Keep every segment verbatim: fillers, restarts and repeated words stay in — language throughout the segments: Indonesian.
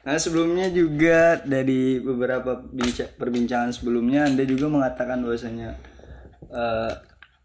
Nah sebelumnya juga dari beberapa binca- perbincangan sebelumnya Anda juga mengatakan bahwasanya uh,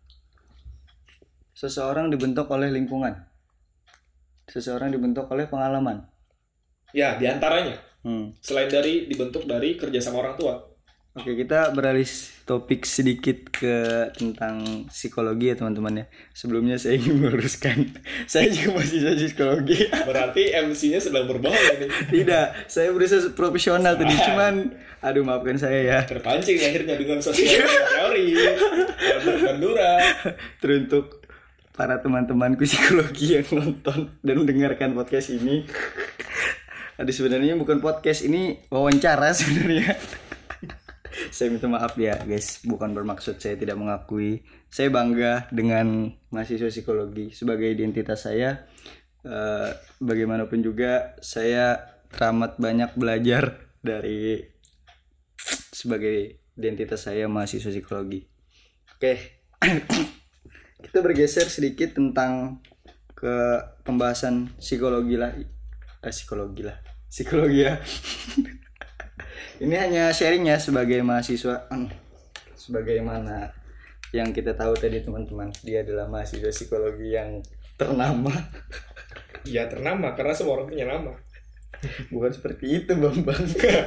seseorang dibentuk oleh lingkungan, seseorang dibentuk oleh pengalaman. Ya, diantaranya. Hmm. Selain dari dibentuk dari kerjasama orang tua. Oke, kita beralih topik sedikit ke tentang psikologi ya teman-teman ya. Sebelumnya saya ingin meluruskan, saya juga mahasiswa psikologi. Berarti M C-nya sedang berbohong ini. Tidak, saya berusaha profesional tadi, cuman aduh maafkan saya ya. Terpancing akhirnya dengan sosial teori. Bandura. Teruntuk para teman-temanku psikologi yang nonton dan mendengarkan podcast ini. Aduh sebenarnya bukan podcast, ini wawancara sebenarnya. Saya minta maaf ya guys, bukan bermaksud saya tidak mengakui. Saya bangga dengan mahasiswa psikologi sebagai identitas saya. Uh, bagaimanapun juga saya teramat banyak belajar dari sebagai identitas saya mahasiswa psikologi. Oke, kita bergeser sedikit tentang ke pembahasan psikologi lah, eh, psikologi lah, psikologi ya. Ini hanya sharing ya sebagai mahasiswa, sebagaimana yang kita tahu tadi teman-teman, dia adalah mahasiswa psikologi yang ternama. Ya ternama karena semua orang punya nama. Bukan seperti itu Bambang.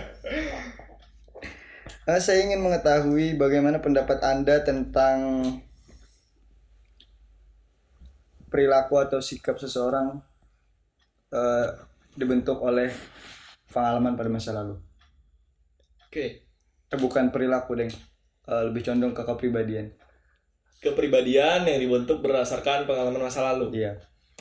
Nah, saya ingin mengetahui bagaimana pendapat Anda tentang perilaku atau sikap seseorang uh, dibentuk oleh pengalaman pada masa lalu. Oke. Okay. Eh, bukan perilaku, Deng. Uh, lebih condong ke kepribadian. Kepribadian yang dibentuk berdasarkan pengalaman masa lalu. Iya.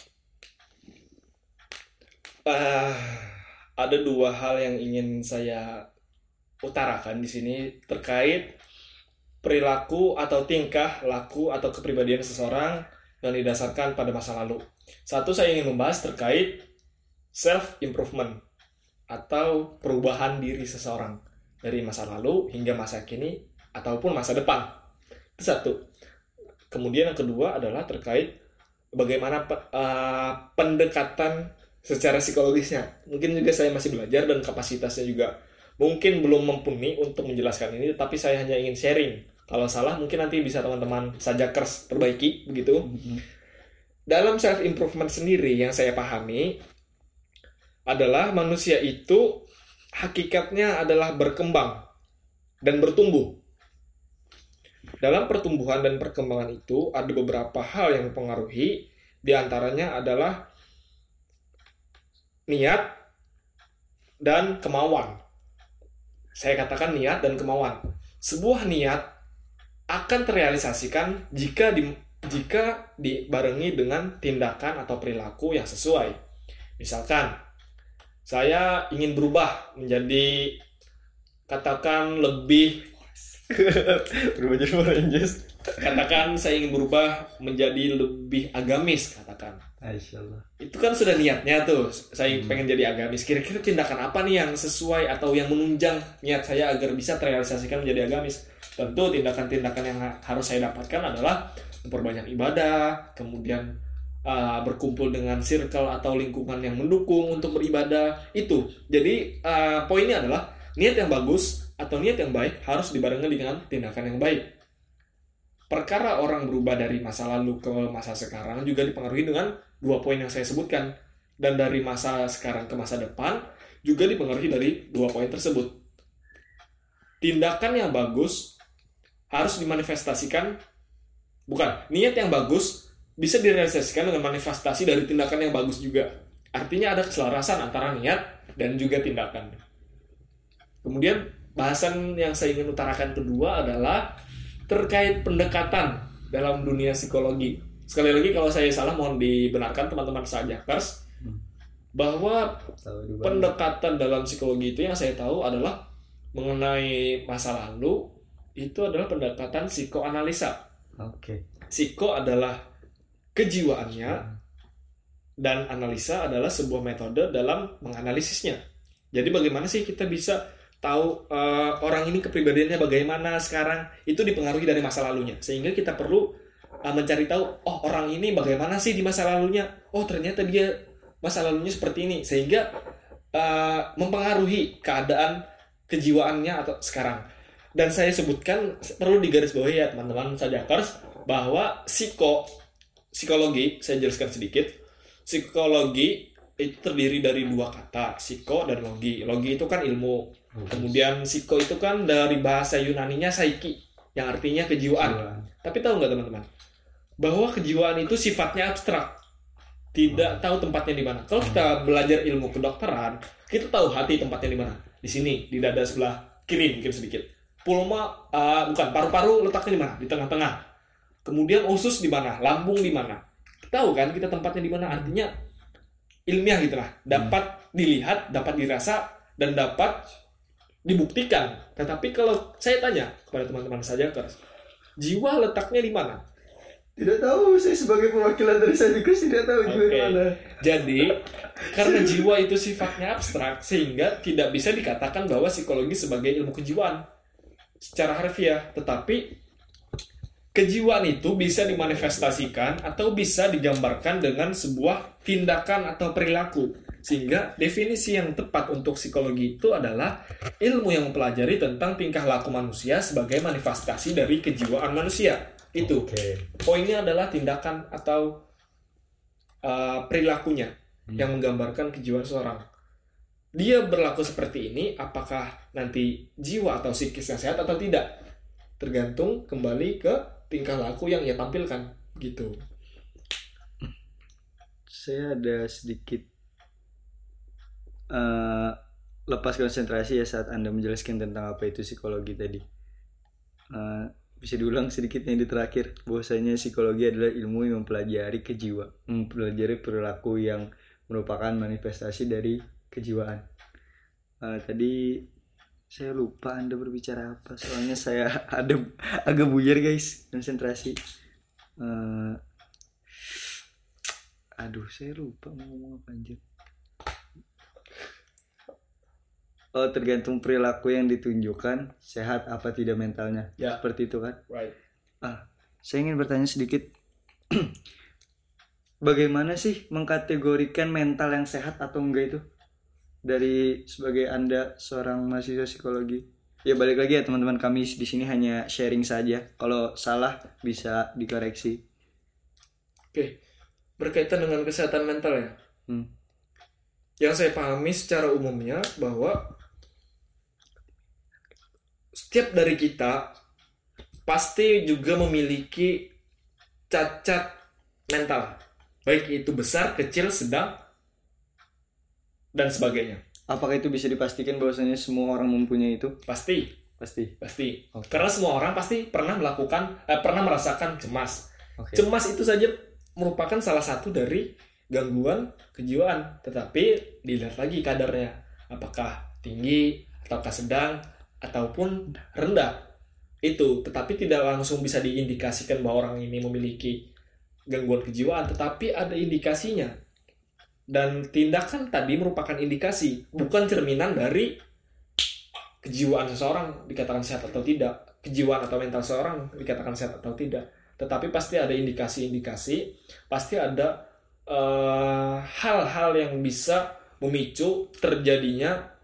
Uh, ada dua hal yang ingin saya utarakan di sini terkait perilaku atau tingkah laku atau kepribadian seseorang yang didasarkan pada masa lalu. Satu, saya ingin membahas terkait self improvement atau perubahan diri seseorang dari masa lalu hingga masa kini ataupun masa depan. Itu satu. Kemudian yang kedua adalah terkait bagaimana uh, pendekatan secara psikologisnya. Mungkin juga saya masih belajar dan kapasitasnya juga mungkin belum mumpuni untuk menjelaskan ini, tapi saya hanya ingin sharing. Kalau salah mungkin nanti bisa teman-teman sajakers perbaiki begitu. Mm-hmm. Dalam self improvement sendiri yang saya pahami adalah manusia itu hakikatnya adalah berkembang dan bertumbuh. Dalam pertumbuhan dan perkembangan itu ada beberapa hal yang mempengaruhi, di antaranya adalah niat dan kemauan. Saya katakan niat dan kemauan. Sebuah niat akan terrealisasikan jika di, jika dibarengi dengan tindakan atau perilaku yang sesuai. Misalkan, saya ingin berubah menjadi, katakan lebih berubah jadi Rangers. Katakan saya ingin berubah menjadi lebih agamis, katakan. Masyaallah. Itu kan sudah niatnya tuh, saya hmm. pengen jadi agamis. Kira-kira tindakan apa nih yang sesuai atau yang menunjang niat saya agar bisa terrealisasikan menjadi agamis? Tentu tindakan-tindakan yang harus saya dapatkan adalah memperbanyak ibadah, kemudian uh, berkumpul dengan circle atau lingkungan yang mendukung untuk beribadah. Itu. Jadi uh, poinnya adalah niat yang bagus atau niat yang baik harus dibarengi dengan tindakan yang baik. Perkara orang berubah dari masa lalu ke masa sekarang juga dipengaruhi dengan dua poin yang saya sebutkan. Dan dari masa sekarang ke masa depan juga dipengaruhi dari dua poin tersebut. Tindakan yang bagus harus dimanifestasikan, bukan, niat yang bagus bisa direalisasikan dengan manifestasi dari tindakan yang bagus juga. Artinya ada keselarasan antara niat dan juga tindakan. Kemudian bahasan yang saya ingin utarakan kedua adalah terkait pendekatan dalam dunia psikologi. Sekali lagi kalau saya salah mohon dibenarkan teman-teman sajakers, bahwa pendekatan dalam psikologi itu yang saya tahu adalah mengenai masa lalu itu adalah pendekatan psikoanalisa. Oke. Okay. Psiko adalah kejiwaannya dan analisa adalah sebuah metode dalam menganalisisnya. Jadi bagaimana sih kita bisa tahu uh, orang ini kepribadiannya bagaimana sekarang, itu dipengaruhi dari masa lalunya. Sehingga kita perlu uh, mencari tahu, oh orang ini bagaimana sih di masa lalunya, oh ternyata dia masa lalunya seperti ini. Sehingga uh, mempengaruhi keadaan kejiwaannya atau sekarang. Dan saya sebutkan perlu digarisbawahi ya teman-teman sajakers bahwa psiko psikologi, saya jelaskan sedikit. Psikologi itu terdiri dari dua kata, psiko dan logi. Logi itu kan ilmu. Kemudian psiko itu kan dari bahasa Yunaninya psyche, yang artinya kejiwaan. Kejiwaan. Tapi tahu nggak teman-teman, bahwa kejiwaan itu sifatnya abstrak, tidak tahu tempatnya di mana. Kalau kita belajar ilmu kedokteran, kita tahu hati tempatnya di mana. Di sini, di dada sebelah kiri mungkin sedikit. Pulma, uh, bukan paru-paru letaknya di mana? Di tengah-tengah. Kemudian usus di mana? Lambung di mana? Tahu kan kita tempatnya di mana? Artinya ilmiah gitulah. Dapat dilihat, dapat dirasa, dan dapat dibuktikan. Tetapi kalau saya tanya kepada teman-teman sajakers, jiwa letaknya di mana? Tidak tahu, saya sebagai perwakilan dari sajakers tidak tahu jiwa okay. di mana. Jadi, karena jiwa itu sifatnya abstrak, sehingga tidak bisa dikatakan bahwa psikologi sebagai ilmu kejiwaan secara harfiah. Tetapi kejiwaan itu bisa dimanifestasikan atau bisa digambarkan dengan sebuah tindakan atau perilaku. Sehingga definisi yang tepat untuk psikologi itu adalah ilmu yang mempelajari tentang tingkah laku manusia sebagai manifestasi dari kejiwaan manusia. Itu. Okay. Poinnya adalah tindakan atau uh, perilakunya hmm. yang menggambarkan kejiwaan seseorang. Dia berlaku seperti ini, apakah nanti jiwa atau psikisnya sehat atau tidak? Tergantung kembali ke tingkah laku yang ia tampilkan, gitu. Saya ada sedikit uh, lepas konsentrasi ya saat Anda menjelaskan tentang apa itu psikologi tadi. Uh, bisa diulang sedikit yang di terakhir, bahwasanya psikologi adalah ilmu yang mempelajari kejiwa, mempelajari perilaku yang merupakan manifestasi dari kejiwaan. Uh, tadi saya lupa Anda berbicara apa, soalnya saya ada agak buyar guys, konsentrasi. Uh, aduh, saya lupa mau ngomong apa anjir. Oh, tergantung perilaku yang ditunjukkan, sehat apa tidak mentalnya. Ya. Seperti itu kan? Right. Ah, saya ingin bertanya sedikit. Bagaimana sih mengkategorikan mental yang sehat atau enggak itu? Dari sebagai Anda seorang mahasiswa psikologi. Ya balik lagi ya teman-teman, kami di sini hanya sharing saja. Kalau salah bisa dikoreksi. Oke. Berkaitan dengan kesehatan mental ya. Hmm. Yang saya pahami secara umumnya bahwa setiap dari kita pasti juga memiliki cacat mental, baik itu besar, kecil, sedang, dan sebagainya. Apakah itu bisa dipastikan bahwasanya semua orang mempunyai itu? Pasti, pasti, pasti. Okay. Karena semua orang pasti pernah melakukan, eh, pernah merasakan cemas. Okay. Cemas itu saja merupakan salah satu dari gangguan kejiwaan. Tetapi dilihat lagi kadarnya, apakah tinggi ataukah sedang ataupun rendah. Itu tetapi tidak langsung bisa diindikasikan bahwa orang ini memiliki gangguan kejiwaan, tetapi ada indikasinya. Dan tindakan tadi merupakan indikasi, bukan cerminan dari kejiwaan seseorang dikatakan sehat atau tidak, kejiwaan atau mental seseorang dikatakan sehat atau tidak. Tetapi pasti ada indikasi-indikasi, pasti ada uh, hal-hal yang bisa memicu terjadinya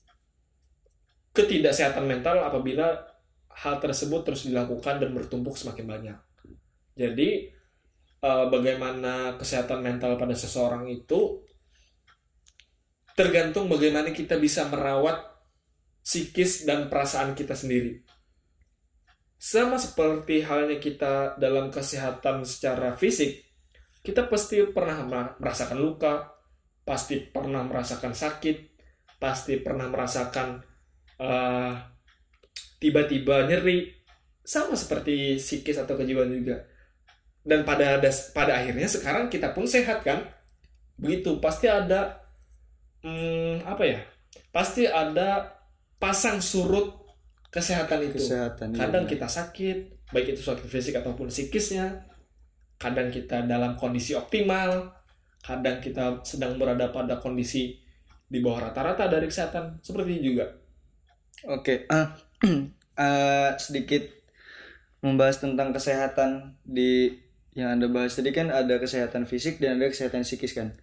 ketidaksehatan mental apabila hal tersebut terus dilakukan dan bertumpuk semakin banyak. Jadi uh, bagaimana kesehatan mental pada seseorang itu tergantung bagaimana kita bisa merawat psikis dan perasaan kita sendiri. Sama seperti halnya kita dalam kesehatan secara fisik, kita pasti pernah merasakan luka, pasti pernah merasakan sakit, pasti pernah merasakan uh, tiba-tiba nyeri, sama seperti psikis atau kejiwaan juga. Dan pada das, pada akhirnya sekarang kita pun sehat kan? Begitu, pasti ada hmm, apa ya? Pasti ada pasang surut kesehatan itu. Kesehatan, kadang iya. Kita sakit, baik itu sakit fisik ataupun psikisnya. Kadang kita dalam kondisi optimal, kadang kita sedang berada pada kondisi di bawah rata-rata dari kesehatan. Seperti itu juga. Oke, uh, uh, sedikit membahas tentang kesehatan. Di yang Anda bahas tadi kan ada kesehatan fisik dan ada kesehatan psikis kan.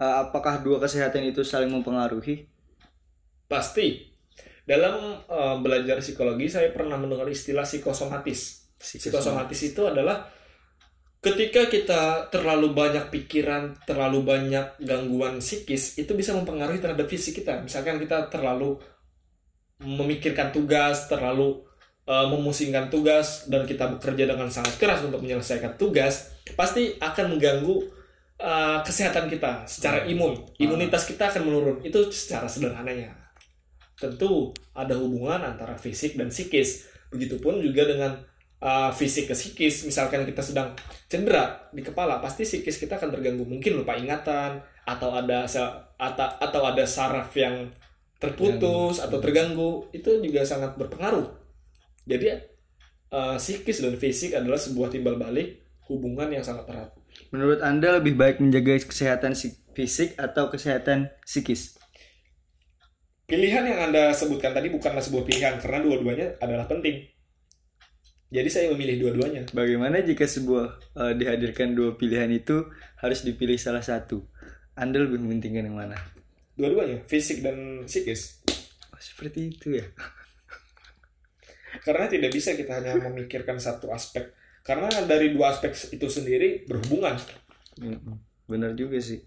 uh, apakah dua kesehatan itu saling mempengaruhi? Pasti. Dalam uh, belajar psikologi saya pernah mendengar istilah psikosomatis. Psikosomatis itu adalah ketika kita terlalu banyak pikiran, terlalu banyak gangguan psikis, itu bisa mempengaruhi terhadap fisik kita. Misalkan kita terlalu memikirkan tugas, terlalu uh, memusingkan tugas, dan kita bekerja dengan sangat keras untuk menyelesaikan tugas, pasti akan mengganggu uh, kesehatan kita secara imun. Imunitas kita akan menurun. Itu secara sederhananya. Tentu ada hubungan antara fisik dan psikis. Begitupun juga dengan uh, fisik ke psikis. Misalkan kita sedang cedera di kepala, pasti psikis kita akan terganggu. Mungkin lupa ingatan, atau ada atau, atau ada saraf yang terputus yang... atau terganggu. Itu juga sangat berpengaruh. Jadi uh, psikis dan fisik adalah sebuah timbal balik hubungan yang sangat erat. Menurut Anda lebih baik menjaga kesehatan fisik atau kesehatan psikis? Pilihan yang Anda sebutkan tadi bukanlah sebuah pilihan, karena dua-duanya adalah penting. Jadi saya memilih dua-duanya. Bagaimana jika sebuah uh, dihadirkan dua pilihan itu harus dipilih salah satu? Anda lebih mementingkan yang mana? Dua-duanya, fisik dan psikis. Oh, seperti itu ya. Karena tidak bisa kita hanya memikirkan satu aspek. Karena dari dua aspek itu sendiri berhubungan. Benar juga sih.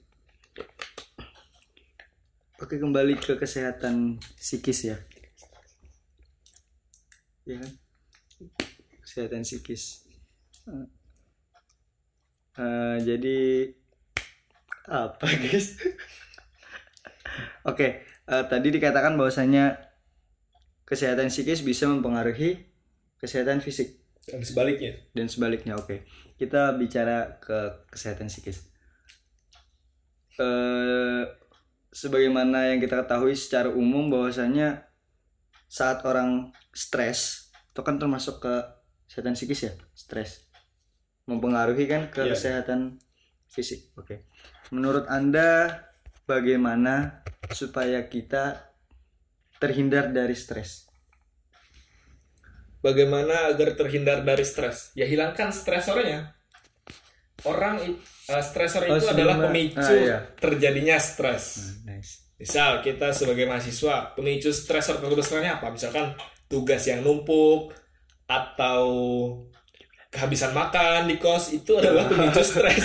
Oke, kembali ke kesehatan psikis ya. Ya kan? Kesehatan psikis. Uh, uh, jadi apa guys? Oke, uh, tadi dikatakan bahwasanya kesehatan psikis bisa mempengaruhi kesehatan fisik. Dan sebaliknya. Dan sebaliknya, oke. Kita bicara ke kesehatan psikis. Uh, Sebagaimana yang kita ketahui secara umum bahwasanya saat orang stres itu kan termasuk ke kesehatan psikis ya, stres mempengaruhi kan ke yeah. kesehatan fisik. Oke. Okay. Menurut Anda bagaimana supaya kita terhindar dari stres? Bagaimana agar terhindar dari stres? Ya hilangkan stresornya. Orang uh, stresor itu oh, adalah pemicu ah, iya. terjadinya stres. Hmm, nice. Misal kita sebagai mahasiswa, pemicu stresor kebesarannya apa? Misalkan tugas yang numpuk atau kehabisan makan di kos, itu adalah pemicu stres.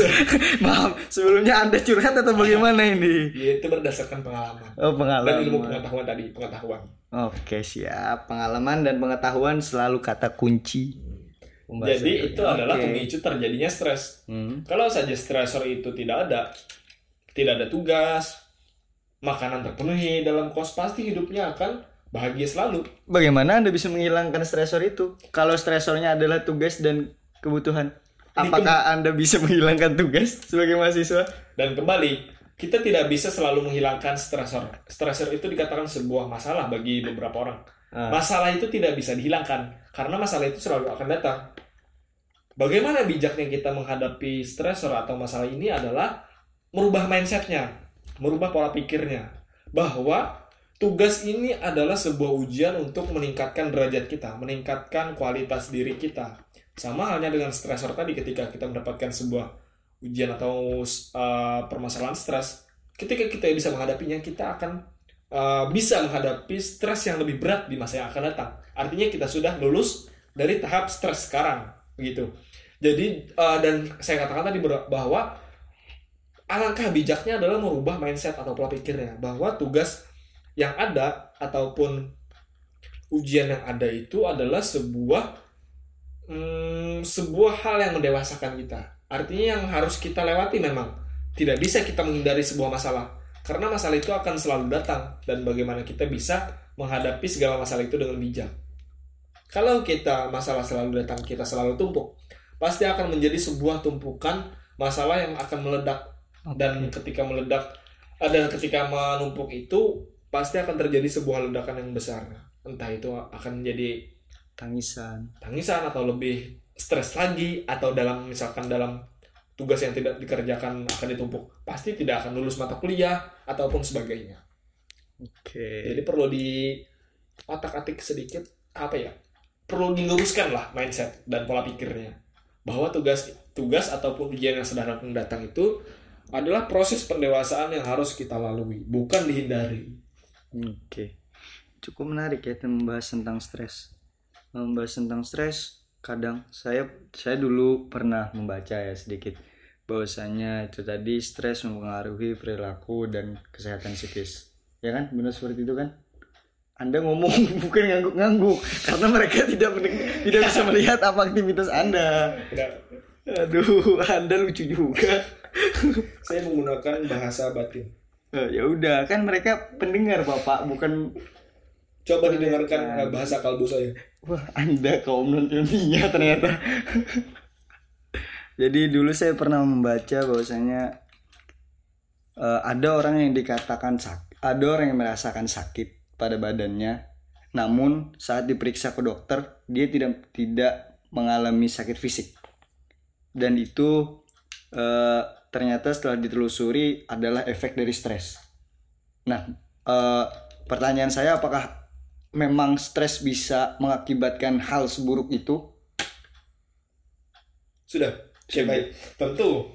Maaf, sebelumnya Anda curhat atau bagaimana ini? Ya, itu berdasarkan pengalaman. Oh, pengalaman. Dan ilmu pengetahuan tadi, pengetahuan. Oke, siap. Pengalaman dan pengetahuan selalu kata kunci. Jadi itu okay. adalah pemicu terjadinya stres. Hmm. Kalau saja stresor itu tidak ada, tidak ada tugas, makanan terpenuhi dalam kos, pasti hidupnya akan bahagia selalu. Bagaimana Anda bisa menghilangkan stresor itu? Kalau stresornya adalah tugas dan kebutuhan, apakah Anda bisa menghilangkan tugas sebagai mahasiswa? Dan kembali, kita tidak bisa selalu menghilangkan stresor. Stresor itu dikatakan sebuah masalah bagi beberapa orang. Masalah itu tidak bisa dihilangkan karena masalah itu selalu akan datang. Bagaimana bijaknya kita menghadapi stresor atau masalah ini adalah merubah mindsetnya, merubah pola pikirnya, bahwa tugas ini adalah sebuah ujian untuk meningkatkan derajat kita, meningkatkan kualitas diri kita. Sama halnya dengan stresor tadi, ketika kita mendapatkan sebuah ujian atau uh, permasalahan stres, ketika kita bisa menghadapinya, kita akan uh, bisa menghadapi stres yang lebih berat di masa yang akan datang. Artinya kita sudah lulus dari tahap stres sekarang, begitu. Jadi uh, dan saya katakan tadi bahwa alangkah bijaknya adalah merubah mindset atau pola pikirnya, bahwa tugas yang ada ataupun ujian yang ada itu adalah sebuah hmm, sebuah hal yang mendewasakan kita. Artinya yang harus kita lewati memang. Tidak bisa kita menghindari sebuah masalah, karena masalah itu akan selalu datang, dan bagaimana kita bisa menghadapi segala masalah itu dengan bijak. Kalau kita masalah selalu datang, kita selalu tumpuk, pasti akan menjadi sebuah tumpukan masalah yang akan meledak. Dan ketika meledak dan ketika menumpuk itu pasti akan terjadi sebuah ledakan yang besar. Entah itu akan menjadi tangisan, tangisan atau lebih stres lagi, atau dalam misalkan dalam tugas yang tidak dikerjakan akan ditumpuk, pasti tidak akan lulus mata kuliah ataupun sebagainya. Oke. Jadi perlu di otak-atik sedikit, apa ya? Perlu diluruskan lah mindset dan pola pikirnya, bahwa tugas tugas ataupun ujian yang sedang datang itu adalah proses pendewasaan yang harus kita lalui, bukan dihindari. Oke, cukup menarik ya membahas tentang stres. Membahas tentang stres, kadang saya saya dulu pernah membaca ya sedikit bahwasanya itu tadi stres mempengaruhi perilaku dan kesehatan psikis. Ya kan, benar seperti itu kan? Anda ngomong bukan ngangguk-ngangguk karena mereka tidak mendeng- tidak bisa melihat apa aktivitas Anda. Aduh, Anda lucu juga. Saya menggunakan bahasa batin. Oh, ya udah, kan mereka pendengar Bapak, bukan. Coba didengarkan bahasa kalbu saya. Wah, Anda kaum non-ilmiah ternyata. Jadi dulu saya pernah membaca bahwasanya uh, ada orang yang dikatakan sakit, ada orang yang merasakan sakit pada badannya, namun saat diperiksa ke dokter dia tidak tidak mengalami sakit fisik, dan itu uh, ternyata setelah ditelusuri adalah efek dari stres. Nah, uh, pertanyaan saya, apakah memang stres bisa mengakibatkan hal seburuk itu? Sudah, oke, baik. Tentu.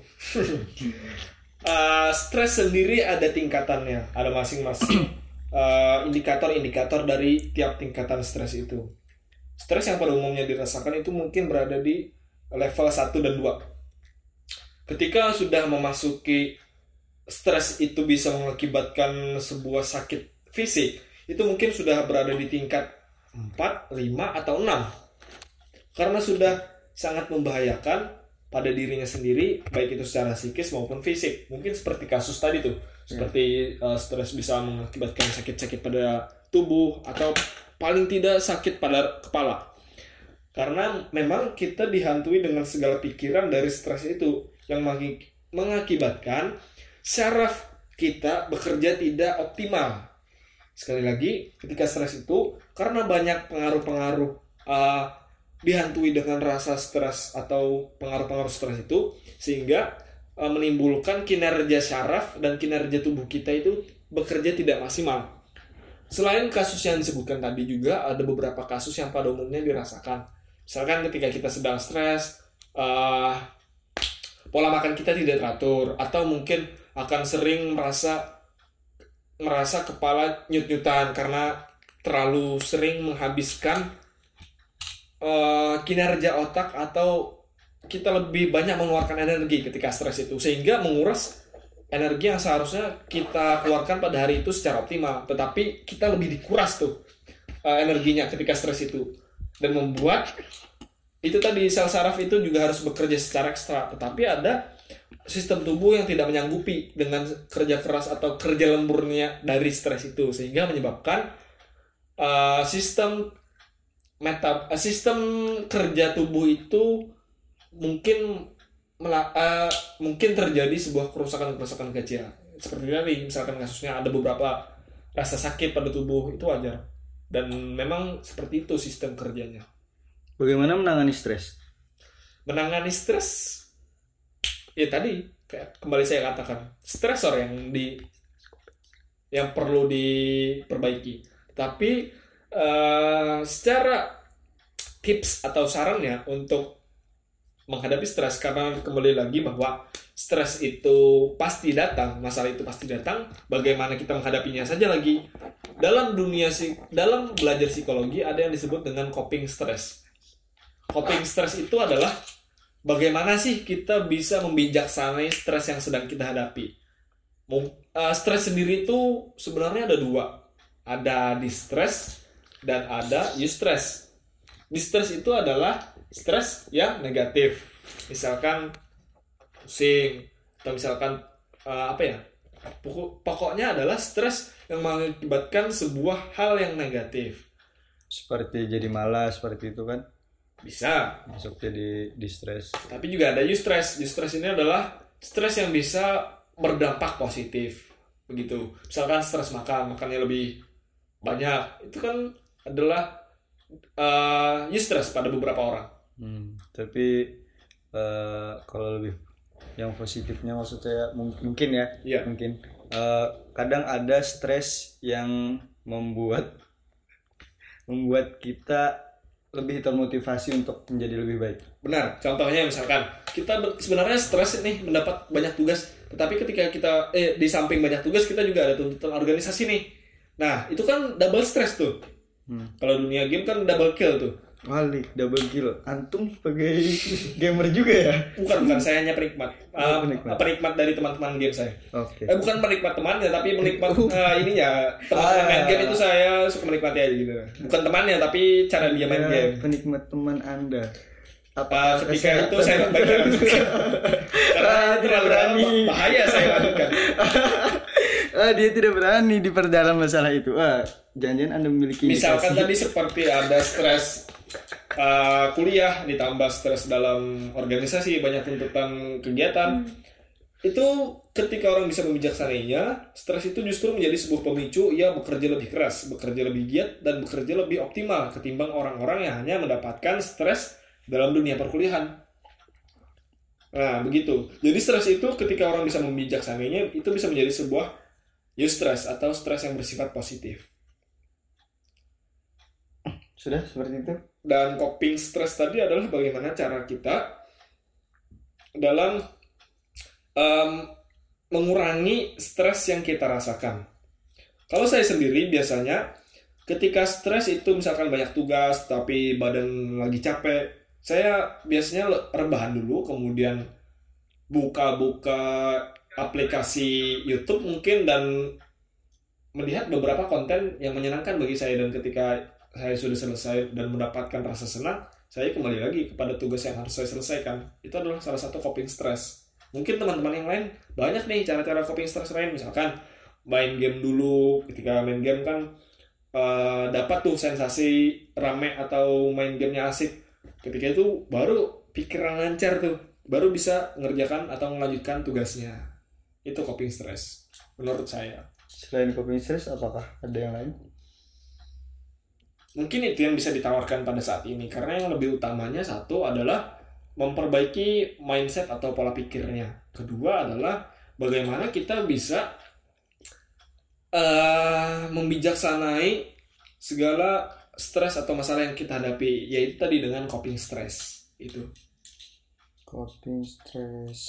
uh, stres sendiri ada tingkatannya, ada masing-masing uh, indikator-indikator dari tiap tingkatan stres itu. Stres yang pada umumnya dirasakan itu mungkin berada di level satu dan dua. Ketika sudah memasuki stres itu bisa mengakibatkan sebuah sakit fisik, itu mungkin sudah berada di tingkat empat, lima, atau enam. Karena sudah sangat membahayakan pada dirinya sendiri, baik itu secara psikis maupun fisik. Mungkin seperti kasus tadi tuh, seperti uh, stres bisa mengakibatkan sakit-sakit pada tubuh atau paling tidak sakit pada kepala. Karena memang kita dihantui dengan segala pikiran dari stres itu yang mengakibatkan syaraf kita bekerja tidak optimal. Sekali lagi, ketika stres itu karena banyak pengaruh-pengaruh uh, dihantui dengan rasa stres atau pengaruh-pengaruh stres itu, sehingga uh, menimbulkan kinerja syaraf dan kinerja tubuh kita itu bekerja tidak maksimal. Selain kasus yang disebutkan tadi, juga ada beberapa kasus yang pada umumnya dirasakan. Misalkan ketika kita sedang stres, uh, pola makan kita tidak teratur, atau mungkin akan sering merasa merasa kepala nyut-nyutan karena terlalu sering menghabiskan uh, kinerja otak, atau kita lebih banyak mengeluarkan energi ketika stres itu, sehingga menguras energi yang seharusnya kita keluarkan pada hari itu secara optimal, tetapi kita lebih dikuras tuh uh, energinya ketika stres itu, dan membuat itu tadi sel saraf itu juga harus bekerja secara ekstra, tetapi ada sistem tubuh yang tidak menyanggupi dengan kerja keras atau kerja lemburnya dari stres itu, sehingga menyebabkan uh, sistem meta uh, sistem kerja tubuh itu mungkin mela- uh, mungkin terjadi sebuah kerusakan-kerusakan kecil. Seperti tadi, misalkan kasusnya ada beberapa rasa sakit pada tubuh, itu wajar, dan memang seperti itu sistem kerjanya. Bagaimana menangani stres? Menangani stres, ya tadi kayak kembali saya katakan, stresor yang di yang perlu diperbaiki. Tapi uh, secara tips atau sarannya untuk menghadapi stres, karena kembali lagi bahwa stres itu pasti datang, masalah itu pasti datang. Bagaimana kita menghadapinya saja lagi. Dalam dunia sih, dalam belajar psikologi ada yang disebut dengan coping stress. Coping stress itu adalah bagaimana sih kita bisa membijaksanai stres yang sedang kita hadapi. Uh, stres sendiri itu sebenarnya ada dua. Ada distress dan ada eustress. Distress itu adalah stres yang negatif. Misalkan pusing, atau misalkan uh, apa ya? Pokoknya adalah stres yang mengakibatkan sebuah hal yang negatif. Seperti jadi malas, seperti itu kan? Bisa masuk jadi distress. Tapi juga ada eustress. Eustress ini adalah stres yang bisa berdampak positif, begitu. Misalkan stres makan, makannya lebih banyak, itu kan adalah uh, eustress pada beberapa orang. Hmm, tapi uh, kalau lebih yang positifnya, maksud saya mungkin ya, yeah. mungkin uh, kadang ada stres yang membuat membuat kita lebih termotivasi untuk menjadi lebih baik. Benar. Contohnya misalkan kita sebenarnya stres nih, mendapat banyak tugas, Tetapi ketika kita eh di samping banyak tugas kita juga ada tuntutan organisasi nih. Nah itu kan double stress tuh. Hmm. Kalau dunia game kan double kill tuh. Wali, double kill. Antum sebagai gamer juga ya? Bukan, bukan. Saya hanya penikmat. Uh, penikmat. penikmat dari teman-teman game saya. Oke. Okay. Eh, bukan penikmat temannya, tapi penikmat uh, ininya. Teman-teman main game itu saya suka menikmati aja gitu. Bukan temannya, tapi cara dia main game. Penikmat teman Anda. Apa ketika itu saya membagikan karena terlalu berani bahaya saya lakukan. Ah, dia tidak berani diperdalam masalah itu. Ah, jangan-jangan Anda memiliki misalkan indikasi. Tadi seperti ada stres uh, kuliah ditambah stres dalam organisasi, banyak tuntutan kegiatan. Hmm. Itu ketika orang bisa membijaksanainya, stres itu justru menjadi sebuah pemicu ia bekerja lebih keras, bekerja lebih giat dan bekerja lebih optimal ketimbang orang-orang yang hanya mendapatkan stres dalam dunia perkuliahan. Nah, begitu. Jadi stres itu ketika orang bisa membijaksanainya, itu bisa menjadi sebuah eustress atau stres yang bersifat positif. Sudah seperti itu. Dan coping stres tadi adalah bagaimana cara kita dalam um, mengurangi stres yang kita rasakan. Kalau saya sendiri biasanya ketika stres itu misalkan banyak tugas tapi badan lagi capek, saya biasanya rebahan dulu, kemudian buka-buka aplikasi YouTube mungkin dan melihat beberapa konten yang menyenangkan bagi saya, dan ketika saya sudah selesai dan mendapatkan rasa senang, saya kembali lagi kepada tugas yang harus saya selesaikan. Itu adalah salah satu coping stress. Mungkin teman-teman yang lain banyak nih cara-cara coping stress lain, misalkan main game dulu. Ketika main game kan uh, dapat tuh sensasi rame atau main gamenya asik. Ketika itu baru pikiran lancar tuh, baru bisa mengerjakan atau melanjutkan tugasnya. Itu coping stress menurut saya. Selain coping stress, apakah ada yang lain? Mungkin itu yang bisa ditawarkan pada saat ini, karena yang lebih utamanya satu adalah memperbaiki mindset atau pola pikirnya. Kedua adalah bagaimana kita bisa uh, membijaksanai segala stres atau masalah yang kita hadapi, yaitu tadi dengan coping stress itu. Coping stress.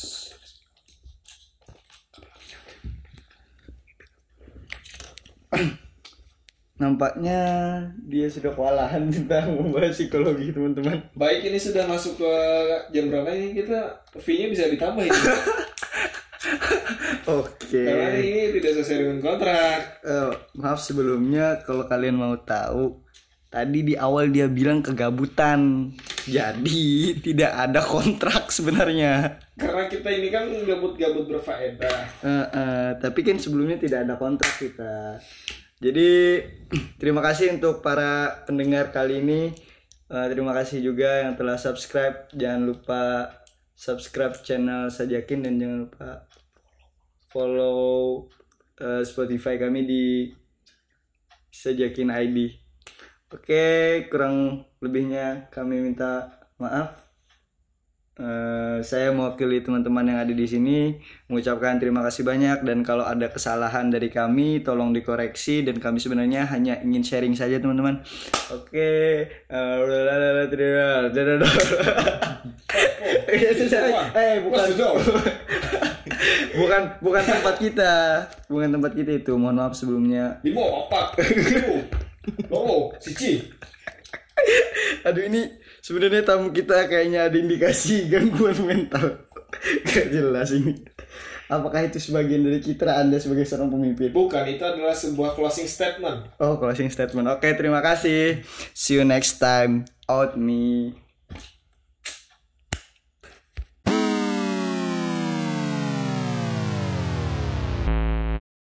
Nampaknya dia sudah kewalahan tentang membahas psikologi, teman-teman. Baik, ini sudah masuk ke jam berapa ini? Kita fee-nya bisa ditambah ini. Oke. Karena ini tidak sesuai dengan kontrak. Uh, maaf sebelumnya kalau kalian mau tahu. Tadi di awal dia bilang kegabutan. Jadi tidak ada kontrak sebenarnya. Karena kita ini kan gabut-gabut berfaedah. Uh, uh, tapi kan sebelumnya tidak ada kontrak kita. Jadi terima kasih untuk para pendengar kali ini. Uh, terima kasih juga yang telah subscribe. Jangan lupa subscribe channel Sajakin dan jangan lupa follow uh, Spotify kami di Sajakin I D. Oke, kurang lebihnya kami minta maaf. Uh, saya mewakili teman-teman yang ada di sini mengucapkan terima kasih banyak, dan kalau ada kesalahan dari kami tolong dikoreksi, dan kami sebenarnya hanya ingin sharing saja, teman-teman. Oke, eh bukan bukan bukan tempat kita, bukan tempat kita itu. Mohon maaf sebelumnya. Di mau apa? Oh, Cici. Aduh, ini sebenarnya tamu kita kayaknya ada indikasi gangguan mental. Gak jelas ini. Apakah itu sebagian dari citra Anda sebagai seorang pemimpin? Bukan, itu adalah sebuah closing statement. Oh, closing statement. Oke, terima kasih. See you next time. Out me.